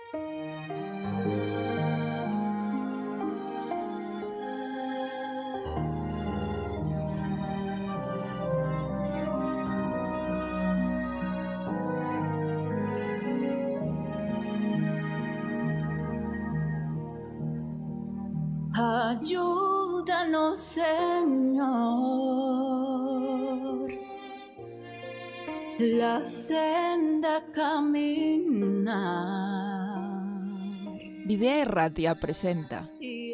Ayúdanos, Señor, la senda caminar. Videa Erratia presenta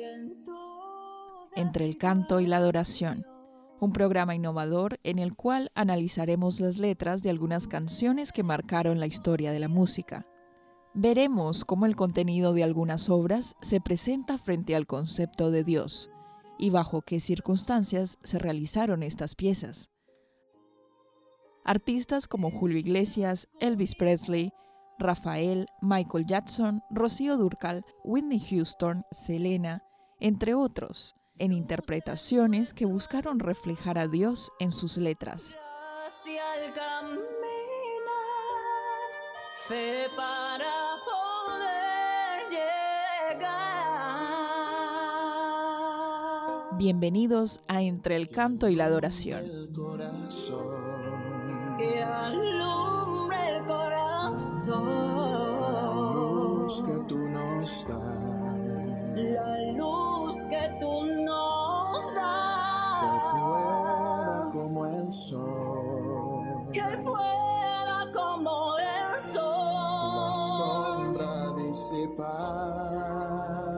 Entre el canto y la adoración, un programa innovador en el cual analizaremos las letras de algunas canciones que marcaron la historia de la música. Veremos cómo el contenido de algunas obras se presenta frente al concepto de Dios y bajo qué circunstancias se realizaron estas piezas. Artistas como Julio Iglesias, Elvis Presley, Rafael, Michael Jackson, Rocío Dúrcal, Whitney Houston, Selena, entre otros, en interpretaciones que buscaron reflejar a Dios en sus letras. Fe para poder llegar. Bienvenidos a Entre el canto y la adoración. Que alumbre el corazón. La luz que tú nos das. La luz que tú nos das. Que pueda como el sol. Que pueda como el sol. La sombra disipar.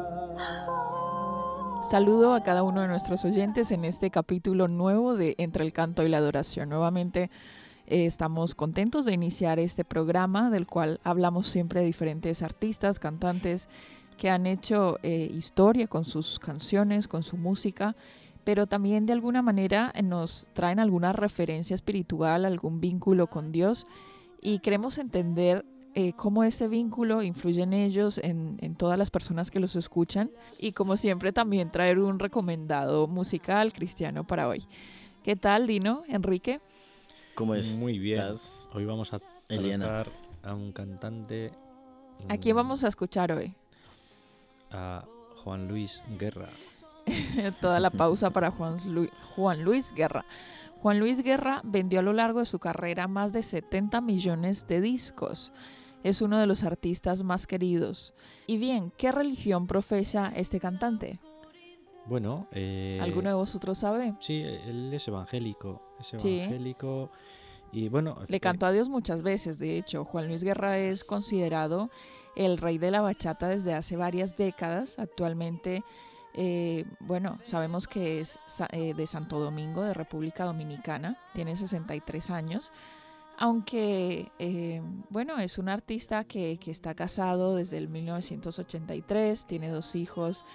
Saludo a cada uno de nuestros oyentes en este capítulo nuevo de Entre el canto y la adoración. Nuevamente estamos contentos de iniciar este programa del cual hablamos siempre de diferentes artistas, cantantes que han hecho historia con sus canciones, con su música, pero también de alguna manera nos traen alguna referencia espiritual, algún vínculo con Dios, y queremos entender cómo este vínculo influye en ellos, en todas las personas que los escuchan, y como siempre también traer un recomendado musical cristiano para hoy. ¿Qué tal, Dino, Enrique? ¿Cómo es? Muy bien. Hoy vamos a tratar a un cantante. ¿A quién vamos a escuchar hoy? A Juan Luis Guerra. Toda la pausa para Juan Luis Guerra. Juan Luis Guerra vendió a lo largo de su carrera más de 70 millones de discos. Es uno de los artistas más queridos. Y bien, ¿qué religión profesa este cantante? Bueno, ¿alguno de vosotros sabe? Sí, él es evangélico. Sí. Y bueno, le cantó a Dios muchas veces. De hecho, Juan Luis Guerra es considerado el rey de la bachata desde hace varias décadas. Actualmente, sabemos que es de Santo Domingo, de República Dominicana. Tiene 63 años. Aunque, es un artista que está casado desde el 1983, tiene 2 hijos,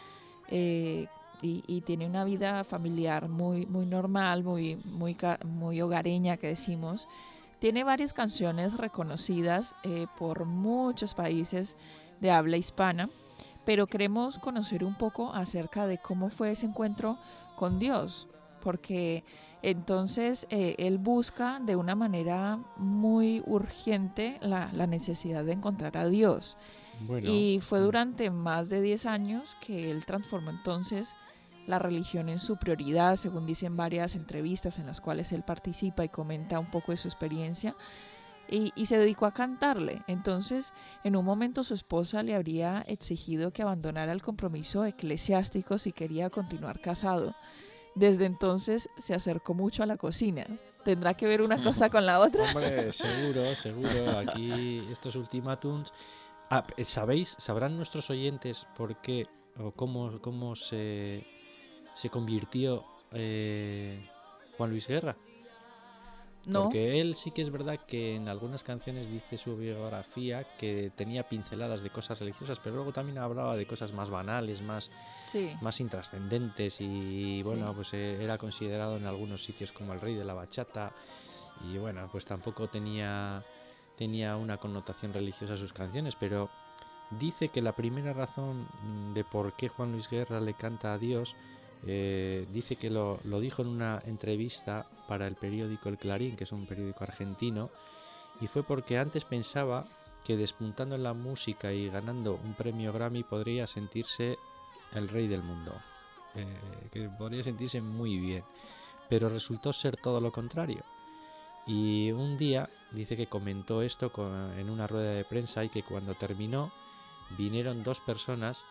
y tiene una vida familiar muy, muy normal, muy hogareña, que decimos. Tiene varias canciones reconocidas por muchos países de habla hispana, pero queremos conocer un poco acerca de cómo fue ese encuentro con Dios, porque entonces él busca de una manera muy urgente la necesidad de encontrar a Dios. Bueno, y fue durante más de 10 años que él transformó entonces la religión en su prioridad, según dicen varias entrevistas en las cuales él participa y comenta un poco de su experiencia, y se dedicó a cantarle. Entonces, en un momento su esposa le habría exigido que abandonara el compromiso eclesiástico si quería continuar casado. Desde entonces se acercó mucho a la cocina. ¿Tendrá que ver una cosa con la otra? Hombre, seguro. Aquí estos ultimátums. ¿Sabrán nuestros oyentes por qué o cómo se convirtió Juan Luis Guerra? No. Porque él sí que es verdad que en algunas canciones dice su biografía que tenía pinceladas de cosas religiosas, pero luego también hablaba de cosas más banales, más intrascendentes, y bueno, pues era considerado en algunos sitios como el rey de la bachata, y bueno, pues tampoco tenía una connotación religiosa sus canciones, pero dice que la primera razón de por qué Juan Luis Guerra le canta a Dios, dice que lo dijo en una entrevista para el periódico El Clarín, que es un periódico argentino, y fue porque antes pensaba que despuntando en la música y ganando un premio Grammy podría sentirse el rey del mundo, que podría sentirse muy bien, pero resultó ser todo lo contrario. Y un día dice que comentó esto en una rueda de prensa, y que cuando terminó vinieron 2 personas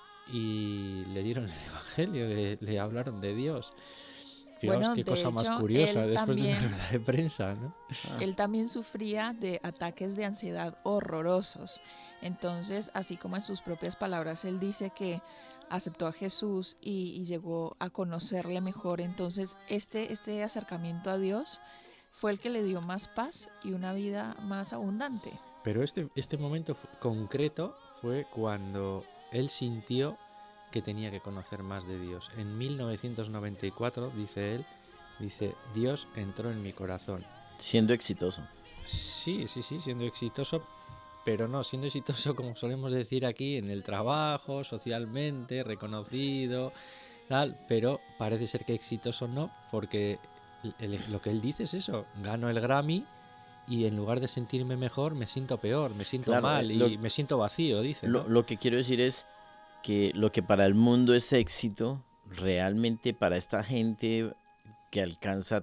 y le dieron el evangelio, le hablaron de Dios. Fijaos Bueno, qué de cosa más hecho, curiosa él después de una también, rueda de prensa, ¿no? él también sufría de ataques de ansiedad horrorosos. Entonces, así como en sus propias palabras, él dice que aceptó a Jesús y llegó a conocerle mejor. Entonces, este acercamiento a Dios fue el que le dio más paz y una vida más abundante. Pero este momento concreto fue cuando él sintió que tenía que conocer más de Dios. En 1994, dice él, Dios entró en mi corazón. Siendo exitoso. Sí, siendo exitoso, pero no, siendo exitoso como solemos decir aquí, en el trabajo, socialmente, reconocido, tal, pero parece ser que exitoso no, porque lo que él dice es eso: gano el Grammy y en lugar de sentirme mejor me siento peor, me siento mal y me siento vacío, dice, ¿no? Lo que quiero decir es que lo que para el mundo es éxito, realmente para esta gente que alcanza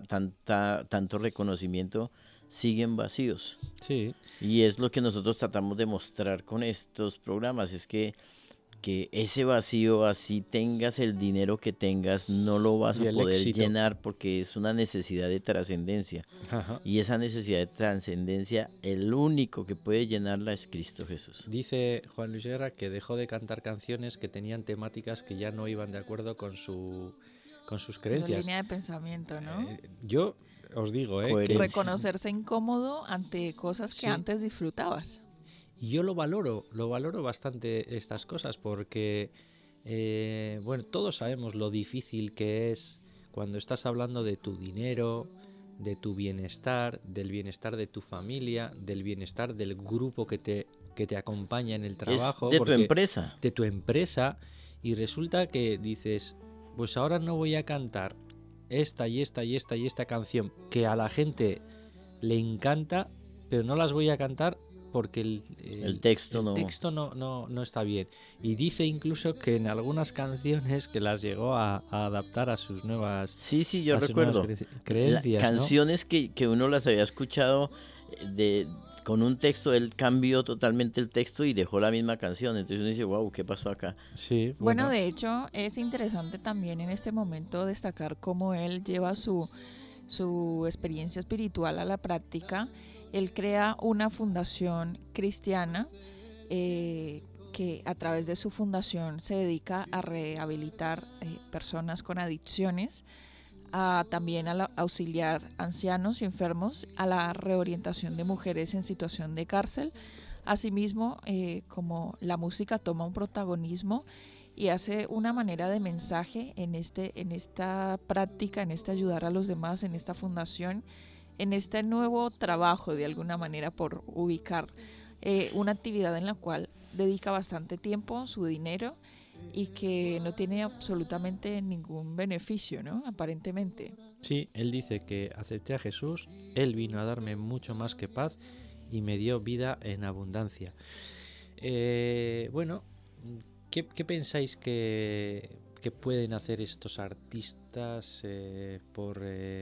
tanto reconocimiento, siguen vacíos. Sí. Y es lo que nosotros tratamos de mostrar con estos programas, es que ese vacío, así tengas el dinero que tengas, no lo vas a poder llenar, porque es una necesidad de trascendencia. Ajá. Y esa necesidad de trascendencia, el único que puede llenarla es Cristo Jesús. Dice Juan Luis Guerra que dejó de cantar canciones que tenían temáticas que ya no iban de acuerdo con sus creencias. Su línea de pensamiento, ¿no? Yo os digo, reconocerse incómodo ante cosas que antes disfrutabas. Y yo lo valoro bastante estas cosas, porque bueno, todos sabemos lo difícil que es cuando estás hablando de tu dinero, de tu bienestar, del bienestar de tu familia, del bienestar del grupo que te acompaña en el trabajo. Es de tu empresa. De tu empresa, y resulta que dices, pues ahora no voy a cantar esta canción que a la gente le encanta, pero no las voy a cantar porque el texto no está bien. Y dice incluso que en algunas canciones que las llegó a adaptar a sus nuevas yo recuerdo creencias, canciones, ¿no? que uno las había escuchado con un texto, él cambió totalmente el texto y dejó la misma canción. Entonces uno dice, wow, ¿qué pasó acá? Sí, bueno, de hecho es interesante también en este momento destacar cómo él lleva su experiencia espiritual a la práctica. Él crea una fundación cristiana que a través de su fundación se dedica a rehabilitar personas con adicciones, también a auxiliar ancianos y enfermos, a la reorientación de mujeres en situación de cárcel. Asimismo, como la música toma un protagonismo y hace una manera de mensaje en esta práctica, en este ayudar a los demás, en esta fundación, en este nuevo trabajo, de alguna manera, por ubicar una actividad en la cual dedica bastante tiempo, su dinero, y que no tiene absolutamente ningún beneficio, ¿no? Aparentemente. Sí, él dice que acepté a Jesús, él vino a darme mucho más que paz y me dio vida en abundancia. Bueno, ¿qué pensáis que pueden hacer estos artistas por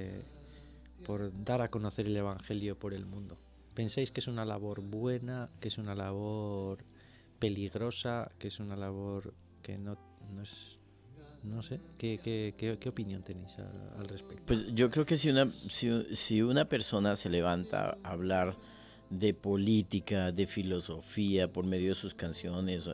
dar a conocer el Evangelio por el mundo? ¿Pensáis que es una labor buena, que es una labor peligrosa, que es una labor que no es... No sé, ¿qué opinión tenéis al respecto? Pues yo creo que si una persona se levanta a hablar de política, de filosofía por medio de sus canciones,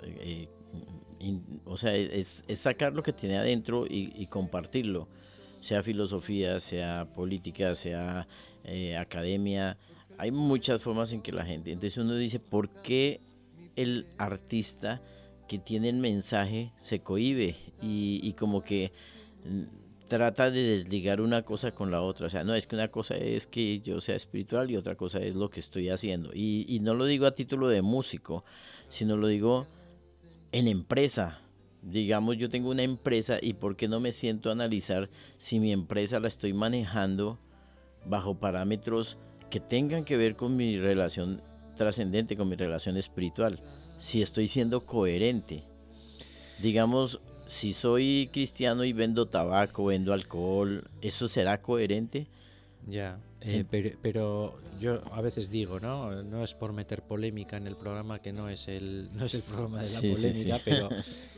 o sea, es sacar lo que tiene adentro y compartirlo, sea filosofía, sea política, sea academia. Hay muchas formas en que la gente... Entonces uno dice, ¿por qué el artista que tiene el mensaje se cohíbe y como que trata de desligar una cosa con la otra? O sea, no, es que una cosa es que yo sea espiritual y otra cosa es lo que estoy haciendo. Y no lo digo a título de músico, sino lo digo en empresa. Digamos, yo tengo una empresa y ¿por qué no me siento a analizar si mi empresa la estoy manejando bajo parámetros que tengan que ver con mi relación trascendente con mi relación espiritual. Si estoy siendo coherente. Digamos, si soy cristiano y vendo tabaco, vendo alcohol, ¿eso será coherente? Ya, pero yo a veces digo, no es por meter polémica en el programa, que no es el programa de la polémica, sí. Pero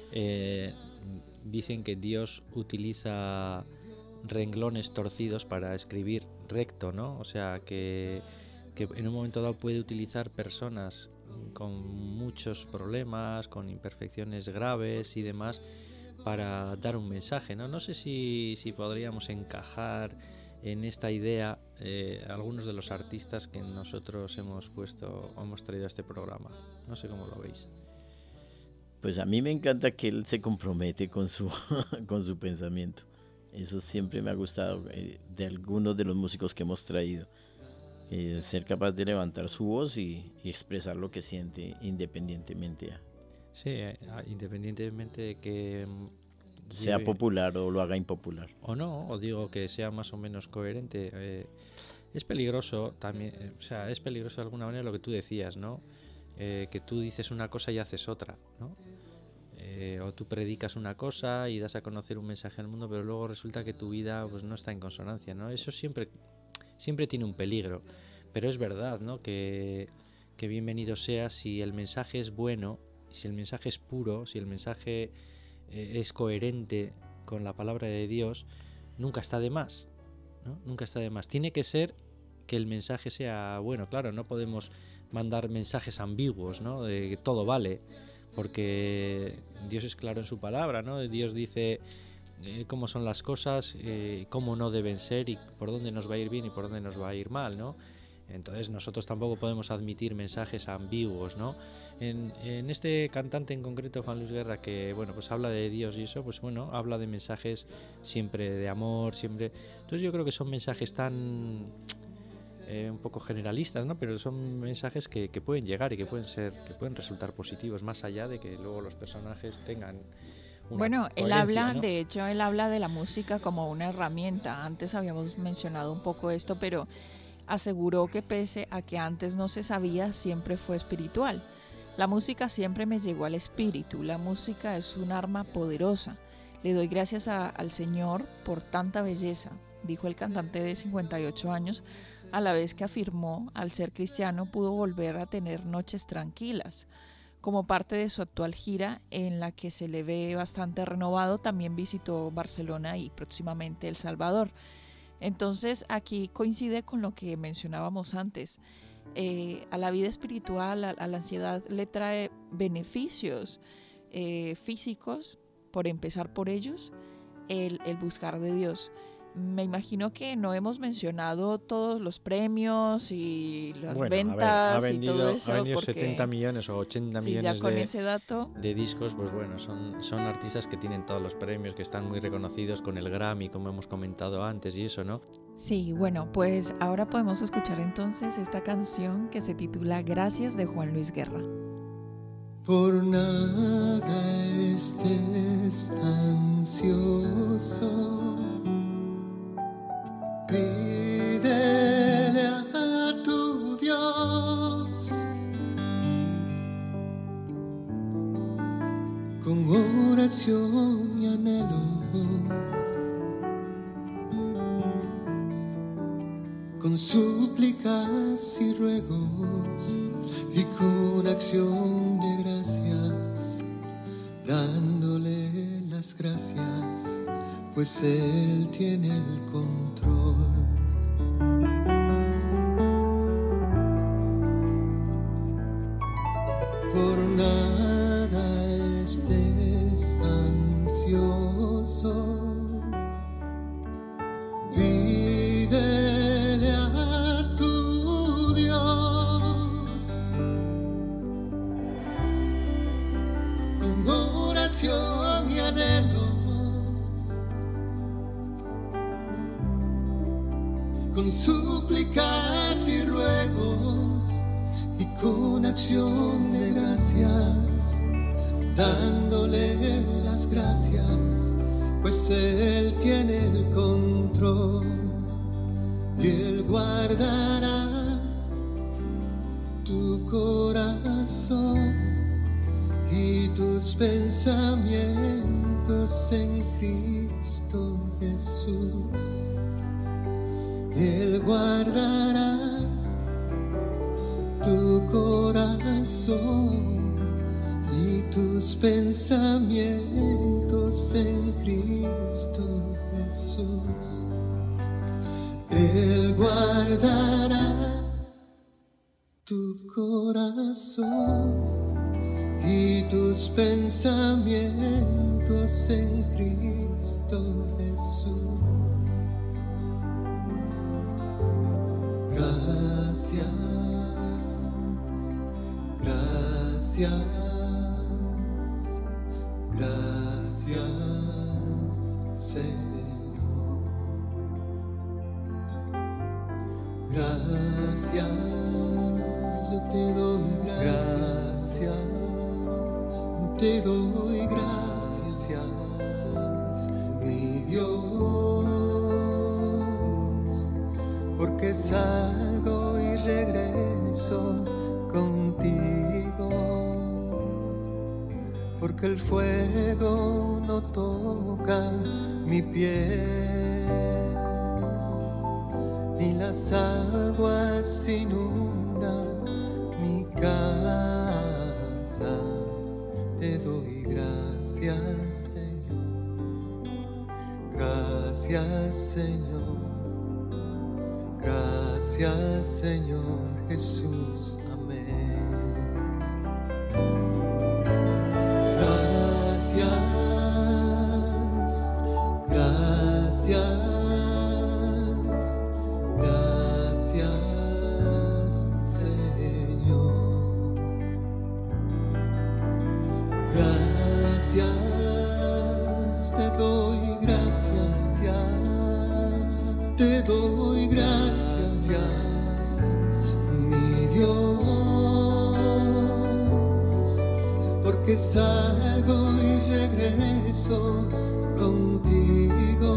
dicen que Dios utiliza renglones torcidos para escribir recto, ¿no? O sea, que en un momento dado puede utilizar personas con muchos problemas, con imperfecciones graves y demás, para dar un mensaje, ¿no? No sé si podríamos encajar en esta idea algunos de los artistas que nosotros hemos traído a este programa. No sé cómo lo veis. Pues a mí me encanta que él se compromete con su pensamiento. Eso siempre me ha gustado de algunos de los músicos que hemos traído. Ser capaz de levantar su voz y expresar lo que siente independientemente. Sí, independientemente de que sea popular o lo haga impopular. O no, o digo que sea más o menos coherente. Es peligroso también, es peligroso de alguna manera lo que tú decías, ¿no? Que tú dices una cosa y haces otra, ¿no? O tú predicas una cosa y das a conocer un mensaje al mundo, pero luego resulta que tu vida pues no está en consonancia, ¿no? Eso siempre tiene un peligro, pero es verdad, ¿no? Que bienvenido sea si el mensaje es bueno, si el mensaje es puro, si el mensaje es coherente con la palabra de Dios, nunca está de más, ¿no? Nunca está de más. Tiene que ser que el mensaje sea bueno, claro, no podemos mandar mensajes ambiguos, ¿no? De que todo vale, porque Dios es claro en su palabra, ¿no? Dios dice cómo son las cosas, cómo no deben ser y por dónde nos va a ir bien y por dónde nos va a ir mal, ¿no? Entonces nosotros tampoco podemos admitir mensajes ambiguos, ¿no? En este cantante en concreto, Juan Luis Guerra, que bueno, pues habla de Dios y eso, pues bueno, habla de mensajes siempre de amor, siempre. Entonces yo creo que son mensajes tan un poco generalistas, ¿no? Pero son mensajes que pueden llegar y que pueden resultar positivos, más allá de que luego los personajes tengan una bueno, él habla, ¿no? De hecho, él habla de la música como una herramienta. Antes habíamos mencionado un poco esto, pero aseguró que pese a que antes no se sabía, siempre fue espiritual. La música siempre me llegó al espíritu. La música es un arma poderosa. Le doy gracias al Señor por tanta belleza, dijo el cantante de 58 años, a la vez que afirmó, al ser cristiano pudo volver a tener noches tranquilas. Como parte de su actual gira, en la que se le ve bastante renovado, también visitó Barcelona y próximamente El Salvador. Entonces aquí coincide con lo que mencionábamos antes. A la vida espiritual, a la ansiedad le trae beneficios físicos, por empezar por ellos, el buscar de Dios. Me imagino que no hemos mencionado todos los premios y las ventas y todo eso. Ha vendido 70 millones o 80 millones ya con ese dato de discos, pues bueno, son artistas que tienen todos los premios, que están muy reconocidos con el Grammy, como hemos comentado antes y eso, ¿no? Sí, bueno, pues ahora podemos escuchar entonces esta canción que se titula Gracias, de Juan Luis Guerra. Por nada estés ansioso, pídele a tu Dios con oración y anhelo, con súplicas y ruegos y con acción de gracias, dándole las gracias, pues Él tiene el control. Por nada estés ansioso, pídele a tu Dios con oración y anhelo, con súplicas y ruegos y con acción de gracias, dándole las gracias, pues Él tiene el control y Él guardará tu corazón tus pensamientos en Cristo Jesús. Él guardará tu corazón y tus pensamientos en Cristo Jesús. Él guardará tu corazón y tus pensamientos en Cristo Jesús. Gracias, gracias, gracias, Señor. Gracias, yo te doy gracias, te doy gracias, mi Dios, porque salgo y regreso contigo, porque el fuego no toca mi piel, ni las aguas inundan mi casa. Te doy gracias, Señor. Gracias, Señor. Gracias, Señor Jesús. Amén. Gracias, gracias. Te doy gracias, mi Dios, porque salgo y regreso contigo,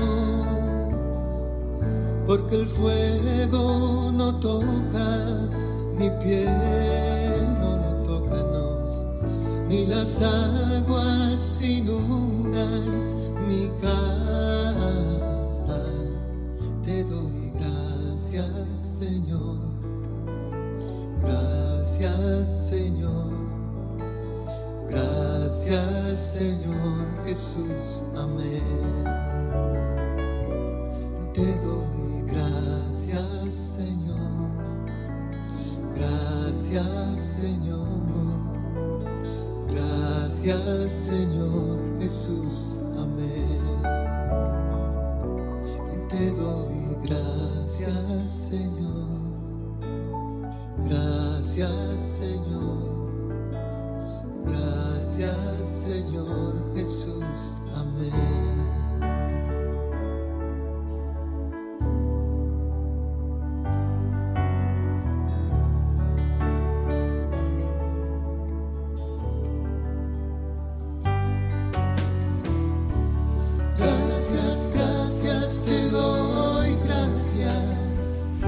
porque el fuego no toca mi piel, no toca, no, ni las aguas inundan mi casa. Te doy gracias, Señor. Gracias, Señor. Gracias, Señor Jesús. Amén. Te doy gracias, Señor. Gracias, Señor. Gracias, Señor Jesús. Amén. Te doy gracias, Señor. Gracias, Señor. Gracias, Señor Jesús. Amén. Te doy gracias.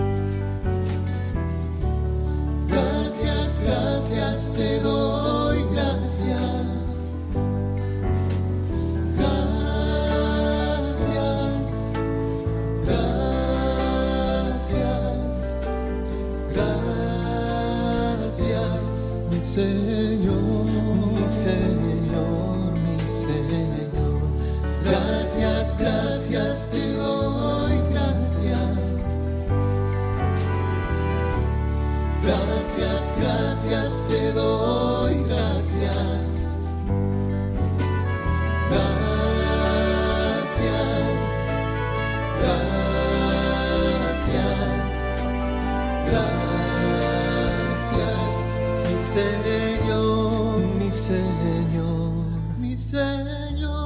Gracias, gracias, te doy gracias. Gracias, gracias, gracias, mi Señor, mi Señor, mi Señor. Gracias, gracias, te doy gracias. Gracias, gracias, te doy gracias. Gracias, gracias, gracias, mi Señor, mi Señor, mi Señor.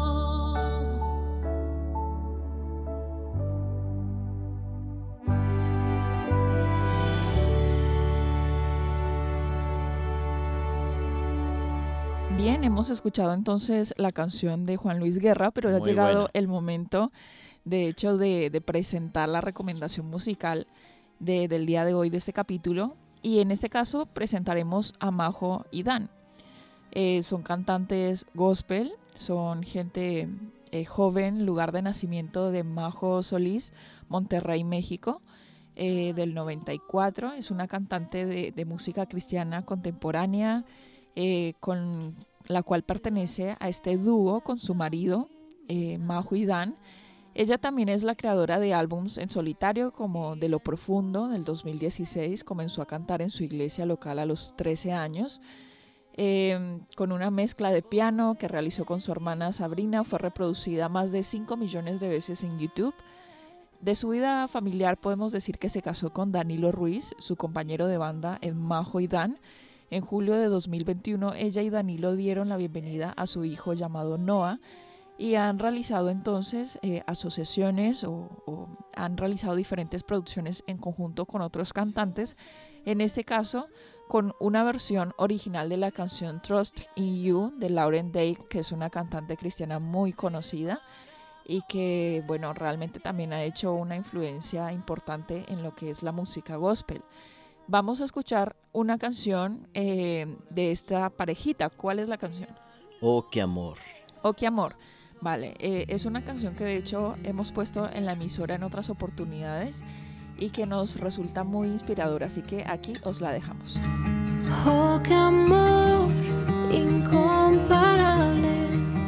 Bien, hemos escuchado entonces la canción de Juan Luis Guerra, pero ya ha llegado el momento, de hecho, de presentar la recomendación musical del día de hoy de este capítulo. Y en este caso presentaremos a Majo y Dan. Son cantantes gospel, son gente joven, lugar de nacimiento de Majo Solís, Monterrey, México, del 94. Es una cantante de música cristiana contemporánea, con la cual pertenece a este dúo con su marido, Majo y Dan. Ella también es la creadora de álbums en solitario como De lo Profundo del 2016. Comenzó a cantar en su iglesia local a los 13 años. Con una mezcla de piano que realizó con su hermana Sabrina, fue reproducida más de 5 millones de veces en YouTube. De su vida familiar podemos decir que se casó con Danilo Ruiz, su compañero de banda en Majo y Dan. En julio de 2021 ella y Danilo dieron la bienvenida a su hijo llamado Noah, y han realizado entonces asociaciones o han realizado diferentes producciones en conjunto con otros cantantes, en este caso con una versión original de la canción Trust in You de Lauren Daigle, que es una cantante cristiana muy conocida y que, bueno, realmente también ha hecho una influencia importante en lo que es la música gospel. Vamos a escuchar una canción de esta parejita. ¿Cuál es la canción? Oh, qué amor. Oh, qué amor. Vale, es una canción que de hecho hemos puesto en la emisora en otras oportunidades y que nos resulta muy inspiradora, así que aquí os la dejamos. Oh, qué amor incomparable,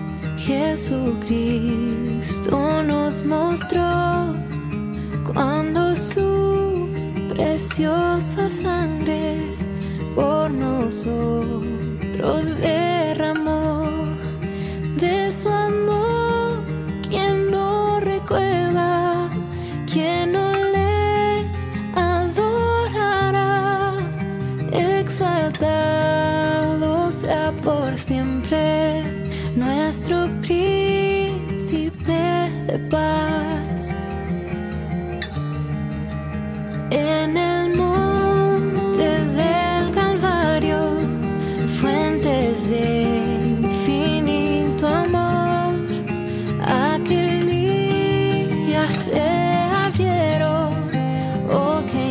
Jesucristo nos mostró cuando su preciosa sangre por nosotros derramó. De su amor, ¿quién no recuerda? ¿Quién no le adorará? Exaltado sea por siempre nuestro príncipe de paz. En el monte del Calvario, fuentes de se abrieron, oh qué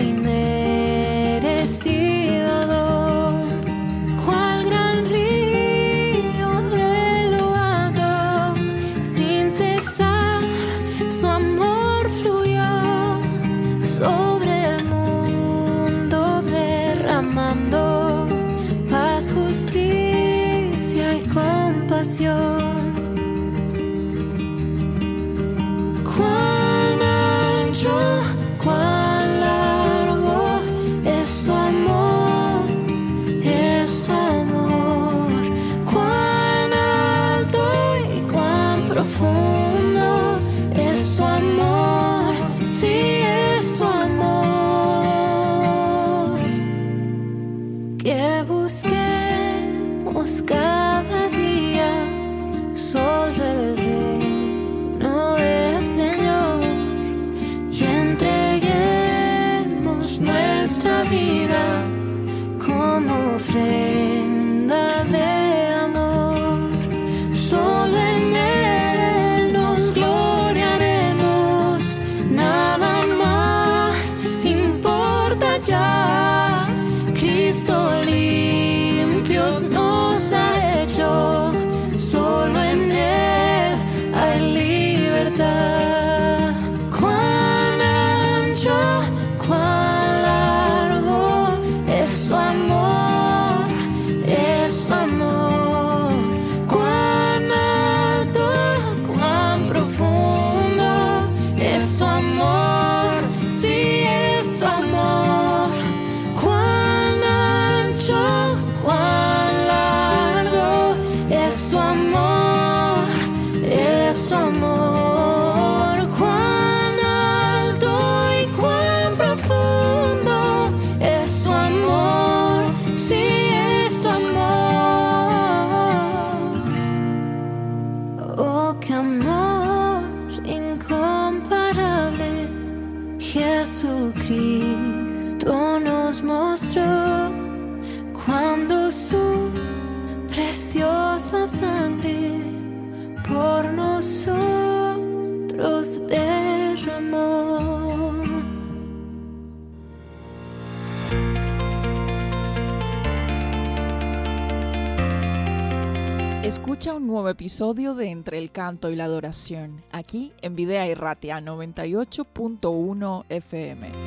inmerecido dolor, cuál gran río de lo alto, sin cesar su amor fluyó sobre el mundo, derramando paz, justicia y compasión. Cuán largo es tu amor, cuán alto y cuán profundo es tu amor, sí es tu amor. Que busquemos cada día solo el reino del Señor. Nuestra vida como ofrenda de amor, solo en Él nos gloriaremos, nada más importa ya. Cristo limpios nos ha hecho, solo en Él hay libertad. Cuán ancho, cuán largo es tu amor, cuán alto, cuán profundo es tu amor, sí es tu amor. Cuán ancho, cuán largo es tu amor, es tu amor. Jesucristo nos mostró cuando su preciosa sangre por nosotros derramó. Escucha un nuevo episodio de Entre el Canto y la Adoración, aquí en Videa Irratia 98.1 FM.